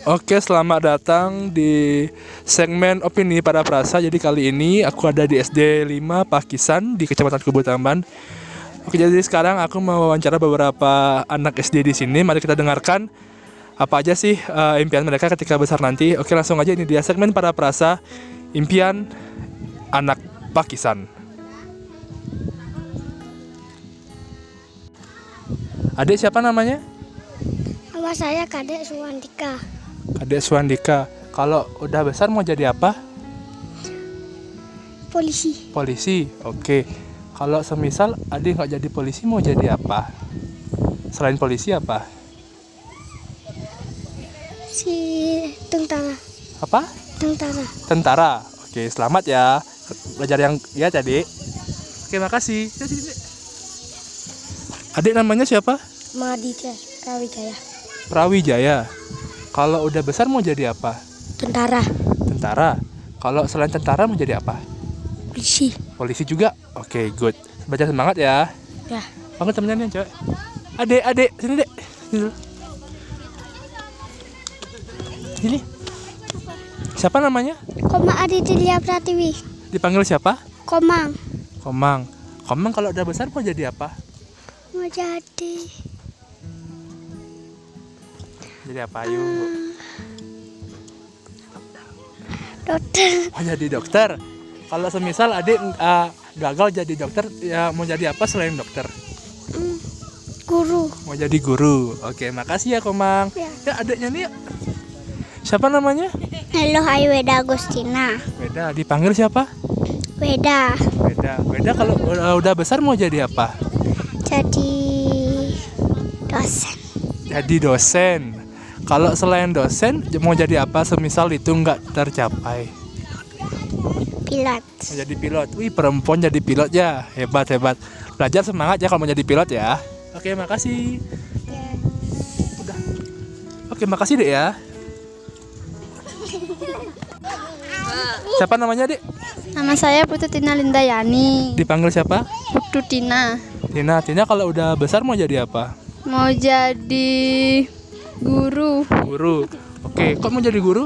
Oke, selamat datang di segmen opini para perasa. Jadi kali ini aku ada di SD 5 Pakisan di Kecamatan Kubu Tamban. Oke, jadi sekarang aku mau wawancara beberapa anak SD di sini. Mari kita dengarkan apa aja sih impian mereka ketika besar nanti. Oke, langsung aja, ini dia segmen para perasa, impian anak Pakisan. Adik siapa namanya? Nama saya Kadek Suwandika. Kadek Suwandika. Kalau udah besar mau jadi apa? Polisi. Polisi. Oke. Kalau semisal adik nggak jadi polisi mau jadi apa? Selain polisi apa? Si tentara. Apa? Tentara. Tentara. Oke, selamat ya. Belajar yang ya tadi. Oke, makasih. Adik namanya siapa? Maditya Rawijaya. Rawijaya. Kalau udah besar mau jadi apa? Tentara. Tentara. Kalau selain tentara mau jadi apa? Polisi. Polisi juga. Oke, good. Baca semangat ya. Ya. Bangun temennya nih, cewek. Adik, sini dek. Sini dulu. Sini. Siapa namanya? Komang Aditya Pratiwi. Dipanggil siapa? Komang. Komang. Komang kalau udah besar mau jadi apa? Mau jadi Jadi apa, yuk? dokter. Mau jadi dokter. Kalau semisal adik gagal jadi dokter, ya mau jadi apa selain dokter? Guru. Mau jadi guru. Oke, makasih ya Komang. Ya. Ya, adiknya nih. Siapa namanya? Halo, hai Weda Agustina. Weda. Dipanggil siapa? Weda. Weda kalau udah besar mau jadi apa? Jadi dosen. Jadi dosen. Kalau selain dosen mau jadi apa semisal itu nggak tercapai? Pilot. Mau jadi pilot. Wih, perempuan jadi pilot ya. Hebat. Belajar semangat ya kalau mau jadi pilot ya. Oke, makasih. Udah. Oke, makasih dek ya. Siapa namanya dek? Nama saya Putu Tina Lindayani. Dipanggil siapa? Putu Tina. Tina kalau udah besar mau jadi apa? Mau jadi guru. Guru. Oke, kok mau jadi guru?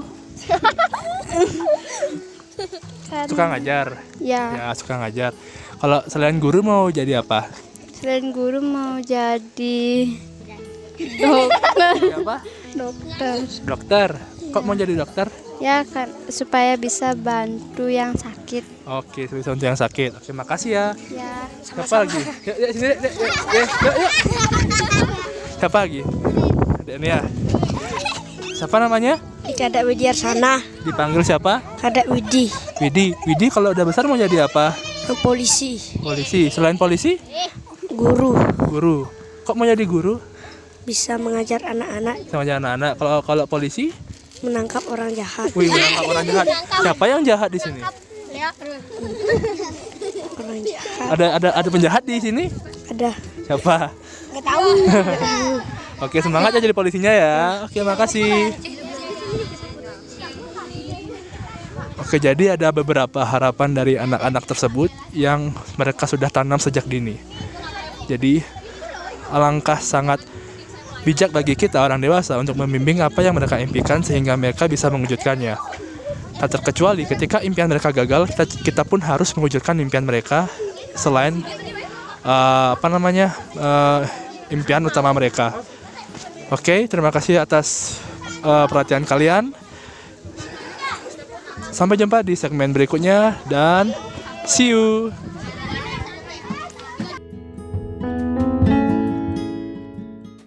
Suka ngajar. Ya. Ya, suka ngajar. Kalau selain guru mau jadi apa? Selain guru mau jadi dokter. Apa? Dokter. Dokter. Kok mau jadi dokter? Ya kan supaya bisa bantu yang sakit. Oke, bisa untuk yang sakit. Oke, makasih ya. Ya. Siapa lagi? Yuk, sini, yuk. Siapa lagi? Ini ya. Siapa namanya? Kadek Widiarsana. Dipanggil siapa? Kadek Widi. Widi kalau udah besar mau jadi apa? Polisi. Polisi. Selain polisi? Guru. Guru. Kok mau jadi guru? Bisa mengajar anak-anak Sama aja anak-anak. Kalau polisi? menangkap orang jahat. Wih, menangkap orang jahat. Siapa yang jahat di sini? Orang jahat. Ada penjahat di sini? Ada. Siapa? Nggak tahu. Oke, semangat ya jadi polisinya ya. Oke, makasih. Oke, jadi ada beberapa harapan dari anak-anak tersebut yang mereka sudah tanam sejak dini. Jadi, alangkah sangat bijak bagi kita orang dewasa untuk membimbing apa yang mereka impikan sehingga mereka bisa mewujudkannya. Tak terkecuali ketika impian mereka gagal, kita pun harus mewujudkan impian mereka selain impian utama mereka. Oke, terima kasih atas perhatian kalian. Sampai jumpa di segmen berikutnya dan see you.